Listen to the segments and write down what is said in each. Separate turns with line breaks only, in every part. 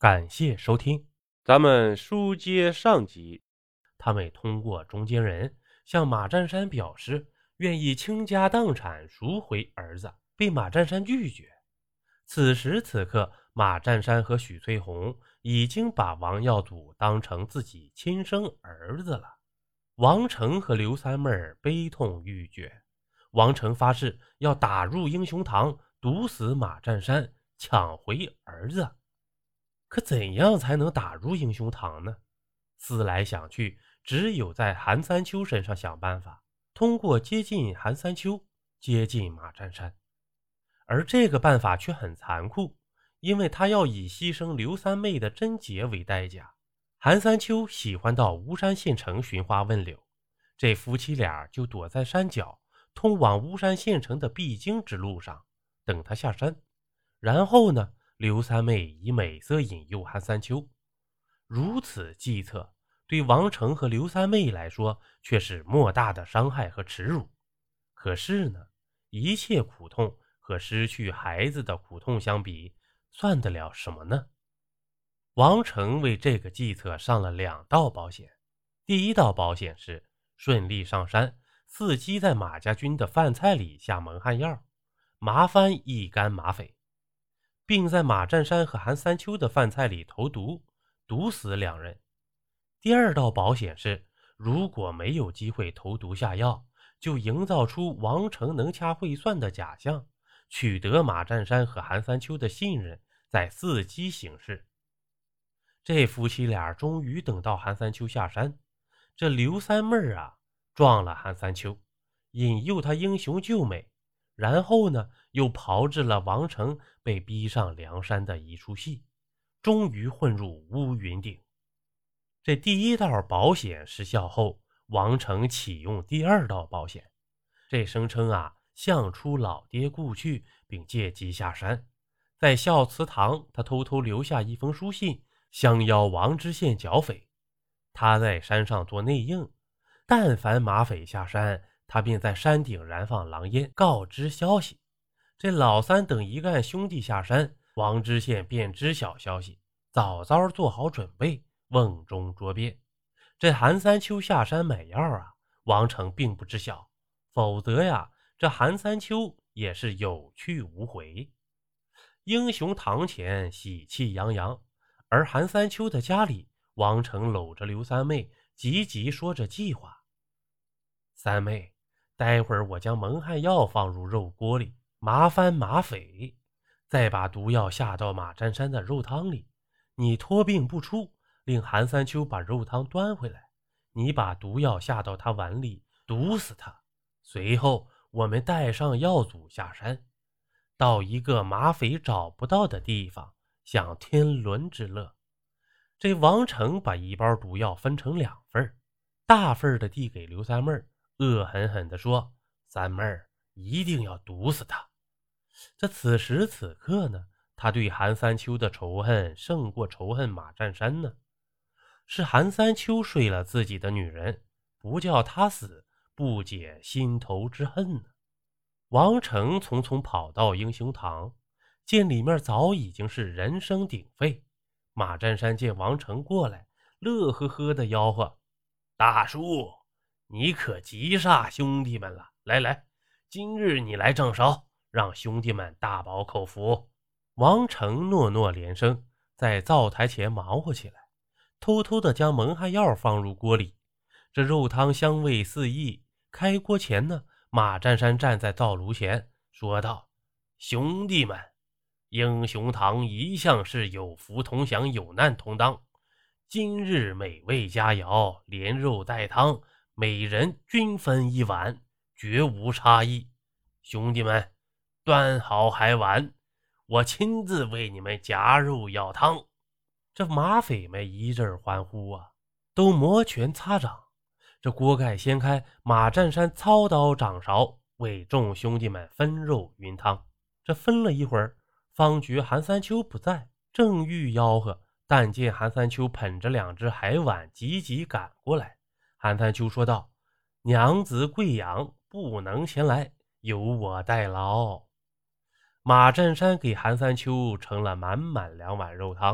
感谢收听。咱们书接上集，他们通过中间人向马占山表示愿意倾家荡产赎回儿子，被马占山拒绝。此时此刻，马占山和许翠红已经把王耀祖当成自己亲生儿子了。王成和刘三妹悲痛欲绝，王成发誓要打入英雄堂，毒死马占山，抢回儿子。可怎样才能打入英雄堂呢？思来想去，只有在韩三秋身上想办法，通过接近韩三秋，接近马占山。而这个办法却很残酷，因为他要以牺牲刘三妹的贞洁为代价。韩三秋喜欢到巫山县城寻花问柳，这夫妻俩就躲在山脚，通往巫山县城的必经之路上，等他下山。然后呢，刘三妹以美色引诱韩三秋。如此计策对王成和刘三妹来说却是莫大的伤害和耻辱。可是呢，一切苦痛和失去孩子的苦痛相比，算得了什么呢？王成为这个计策上了2道保险。第一道保险是顺利上山，伺机在马家军的饭菜里下蒙汗药，麻翻一干马匪，并在马占山和韩三秋的饭菜里投毒，毒死2人。第二道保险是，如果没有机会投毒下药，就营造出王成能掐会算的假象，取得马占山和韩三秋的信任，再伺机行事。这夫妻俩终于等到韩三秋下山，这刘三妹撞了韩三秋，引诱他英雄救美，然后呢又炮制了王成被逼上梁山的一出戏，终于混入乌云顶。这第一道保险失效后，王成启用第2道保险，这声称相出老爹故去，并借机下山。在孝祠堂，他偷偷留下一封书信，相邀王知县剿匪。他在山上做内应，但凡马匪下山，他便在山顶燃放狼烟，告知消息。这老三等一干兄弟下山，王知县便知晓消息，早早做好准备，瓮中捉鳖。这韩三秋下山买药王成并不知晓，否则这韩三秋也是有去无回。英雄堂前喜气洋洋，而韩三秋的家里，王成搂着刘三妹，急急说着计划。三妹，待会儿我将蒙汗药放入肉锅里，麻翻马匪，再把毒药下到马占山的肉汤里。你托病不出，令韩三秋把肉汤端回来，你把毒药下到他碗里，毒死他。随后我们带上药组下山，到一个马匪找不到的地方，享天伦之乐。这王成把一包毒药分成2份，大份的递给刘三妹，恶狠狠地说：三妹一定要毒死他。这此时此刻呢，他对韩三秋的仇恨胜过仇恨马占山呢。是韩三秋睡了自己的女人，不叫他死，不解心头之恨呢。王成匆匆跑到英雄堂，见里面早已经是人声鼎沸。马占山见王成过来，乐呵呵地吆喝：大叔，你可急煞兄弟们了，来来，今日你来正烧，让兄弟们大饱口福。王成诺诺连声，在灶台前忙活起来，偷偷地将蒙汗药放入锅里。这肉汤香味四溢，开锅前呢，马占山站在灶炉前说道：兄弟们，英雄堂一向是有福同享，有难同当，今日美味佳肴，连肉带汤，每人均分1碗，绝无差异。兄弟们，端好海碗，我亲自为你们夹肉舀汤。这马匪们一阵欢呼都摩拳擦掌。这锅盖掀开，马占山操刀掌勺，为众兄弟们分肉匀汤。这分了一会儿，方觉韩三秋不在，正欲吆喝，但见韩三秋捧着2只海碗急急赶过来。韩三秋说道：娘子贵养，不能前来，由我代劳。马占山给韩三秋盛了满满2碗肉汤，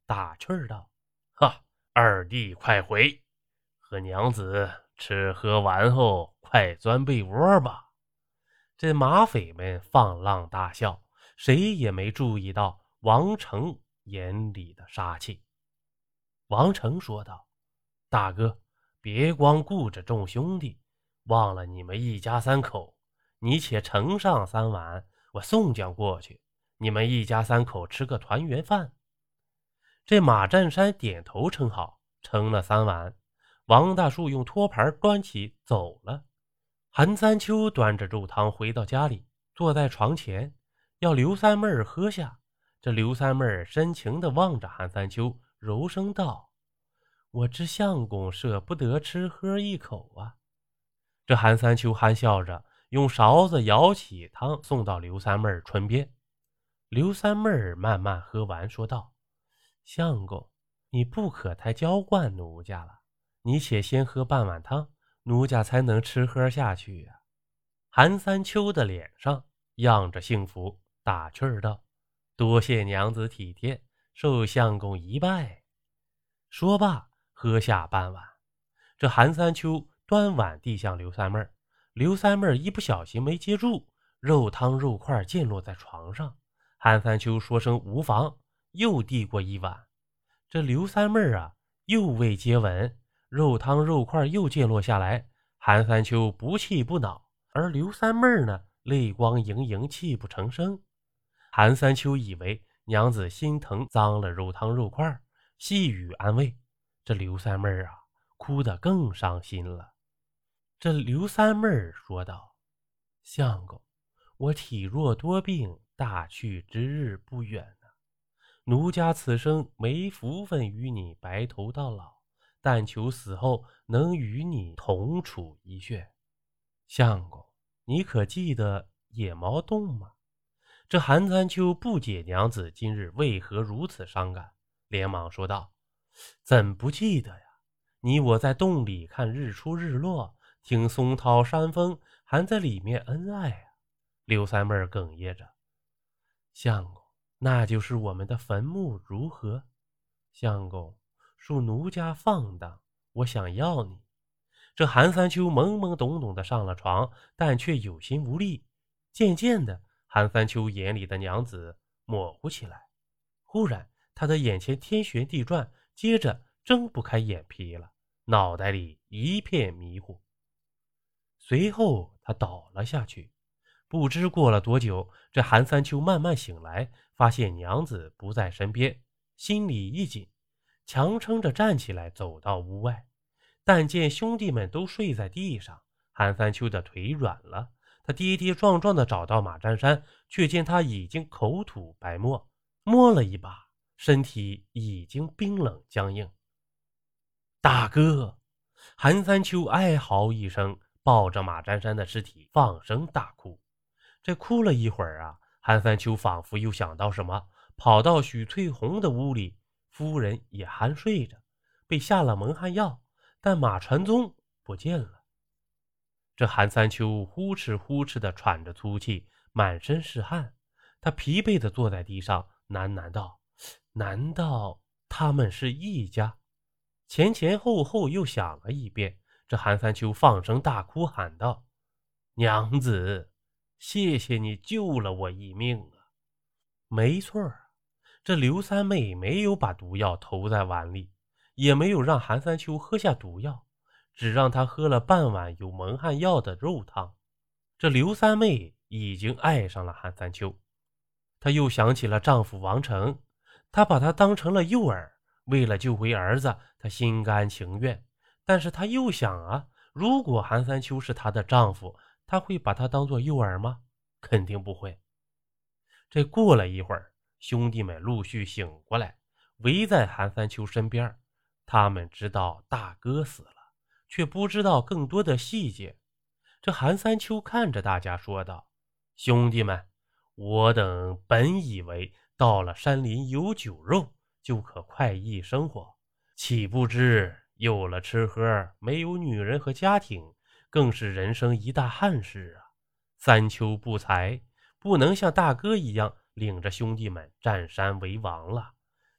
打趣儿道：“哈，二弟快回，和娘子吃喝完后快钻被窝吧。”这马匪们放浪大笑，谁也没注意到王成眼里的杀气。王成说道：“大哥，别光顾着众兄弟，忘了你们一家三口。你且盛上3碗，我送将过去，你们一家三口吃个团圆饭。”这马占山点头称好，盛了3碗。王大树用托盘端起走了。韩三秋端着肉汤回到家里，坐在床前，要刘三妹儿喝下。这刘三妹儿深情地望着韩三秋，柔声道：“我知相公舍不得吃喝一口啊。”这韩三秋憨笑着，用勺子舀起汤送到刘三妹儿唇边。刘三妹儿慢慢喝完，说道：“相公，你不可太娇惯奴家了，你且先喝半碗汤，奴家才能吃喝下去呀。”韩三秋的脸上漾着幸福，打趣儿道：“多谢娘子体贴，受相公一拜。”说罢喝下半碗。这韩三秋端碗递向刘三妹儿，刘三妹儿一不小心没接住，肉汤肉块溅落在床上。韩三秋说声无妨，又递过一碗。这刘三妹儿又未接吻，肉汤肉块又溅落下来。韩三秋不气不恼，而刘三妹儿呢，泪光盈盈，泣不成声。韩三秋以为娘子心疼脏了肉汤肉块，细语安慰。这刘三妹儿哭得更伤心了。这刘三妹儿说道：“相公，我体弱多病，大去之日不远呢。奴家此生没福分与你白头到老，但求死后能与你同处一穴。相公，你可记得野猫洞吗？”这韩三秋不解娘子今日为何如此伤感，连忙说道：“怎不记得呀？你我在洞里看日出日落，听松涛山风，还在里面恩爱啊。”刘三妹儿哽咽着：“相公，那就是我们的坟墓，如何？相公，恕奴家放荡，我想要你。”这韩三秋懵懵懂懂的上了床，但却有心无力。渐渐的，韩三秋眼里的娘子模糊起来。忽然他的眼前天旋地转，接着睁不开眼皮了，脑袋里一片迷糊。随后他倒了下去。不知过了多久，这韩三秋慢慢醒来，发现娘子不在身边，心里一紧，强撑着站起来走到屋外。但见兄弟们都睡在地上，韩三秋的腿软了。他跌跌撞撞地找到马占山，却见他已经口吐白沫，摸了一把，身体已经冰冷僵硬。大哥！韩三秋哀嚎一声，抱着马占山的尸体放声大哭。这哭了一会儿韩三秋仿佛又想到什么，跑到许翠红的屋里，夫人也酣睡着，被下了蒙汗药，但马传宗不见了。这韩三秋呼哧呼哧地喘着粗气，满身是汗。他疲惫地坐在地上，喃喃道：“难道他们是一家？”前前后后又想了一遍。这韩三秋放声大哭，喊道：“娘子，谢谢你救了我一命啊！”没错，这刘三妹没有把毒药投在碗里，也没有让韩三秋喝下毒药，只让他喝了半碗有蒙汗药的肉汤。这刘三妹已经爱上了韩三秋。她又想起了丈夫王成，她把他当成了诱饵，为了救回儿子，她心甘情愿。但是她又想如果韩三秋是她的丈夫，她会把他当作诱饵吗？肯定不会。这过了一会儿，兄弟们陆续醒过来，围在韩三秋身边。他们知道大哥死了，却不知道更多的细节。这韩三秋看着大家说道：“兄弟们，我等本以为到了山林有酒肉就可快意生活，岂不知有了吃喝，没有女人和家庭，更是人生一大憾事啊！三秋不才，不能像大哥一样领着兄弟们占山为王了。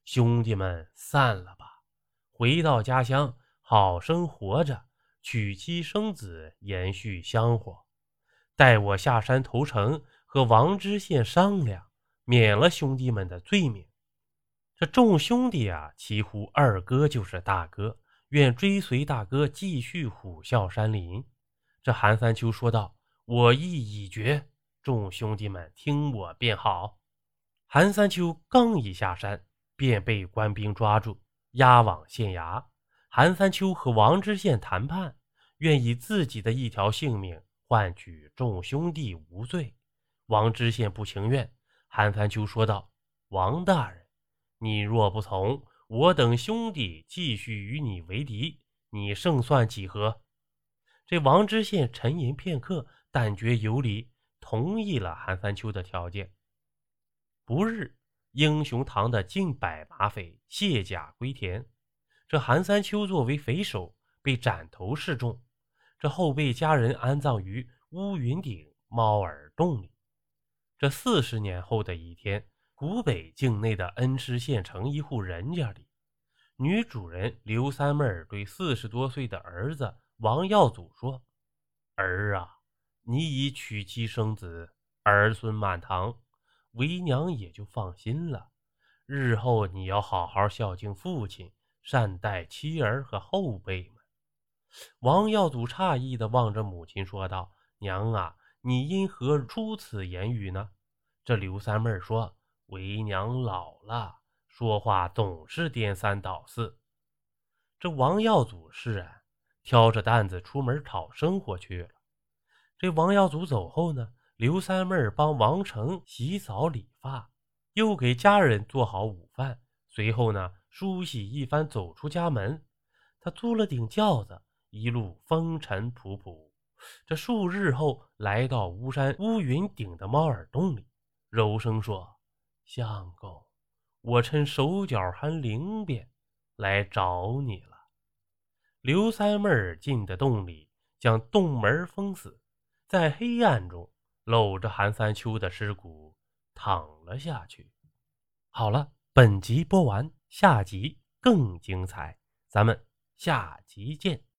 兄弟们散了吧，回到家乡好生活着，娶妻生子，延续香火。待我下山投诚，和王知县商量，免了兄弟们的罪名。这众兄弟啊，齐呼二哥就是大哥，愿追随大哥继续虎啸山林。这韩三秋说道：“我意已决，众兄弟们听我便好。”韩三秋刚一下山，便被官兵抓住，押往县衙。韩三秋和王知县谈判，愿以自己的一条性命换取众兄弟无罪。王知县不情愿，韩三秋说道：“王大人，你若不从，我等兄弟继续与你为敌，你胜算几何？”这王知县沉吟片刻，但觉有理，同意了韩三秋的条件。不日，英雄堂的近百马匪卸甲归田。这韩三秋作为匪首，被斩头示众。这后被家人安葬于乌云顶猫耳洞里。这40年后的一天，湖北境内的恩施县城一户人家里，女主人刘三妹儿对40多岁的儿子王耀祖说：“儿啊，你已娶妻生子，儿孙满堂，为娘也就放心了。日后你要好好孝敬父亲，善待妻儿和后辈们。”王耀祖诧异地望着母亲说道：“娘啊，你因何出此言语呢？”这刘三妹说：“为娘老了，说话总是颠三倒四。”这王耀祖释然，挑着担子出门讨生活去了。这王耀祖走后呢，刘三妹帮王成洗澡理发，又给家人做好午饭，随后呢梳洗一番走出家门。他租了顶轿子，一路风尘仆仆。这数日后，来到巫山乌云顶的猫耳洞里，柔声说：“相公，我趁手脚还灵便，来找你了。”刘三妹儿进的洞里，将洞门封死，在黑暗中搂着韩三秋的尸骨躺了下去。好了，本集播完，下集更精彩，咱们下集见。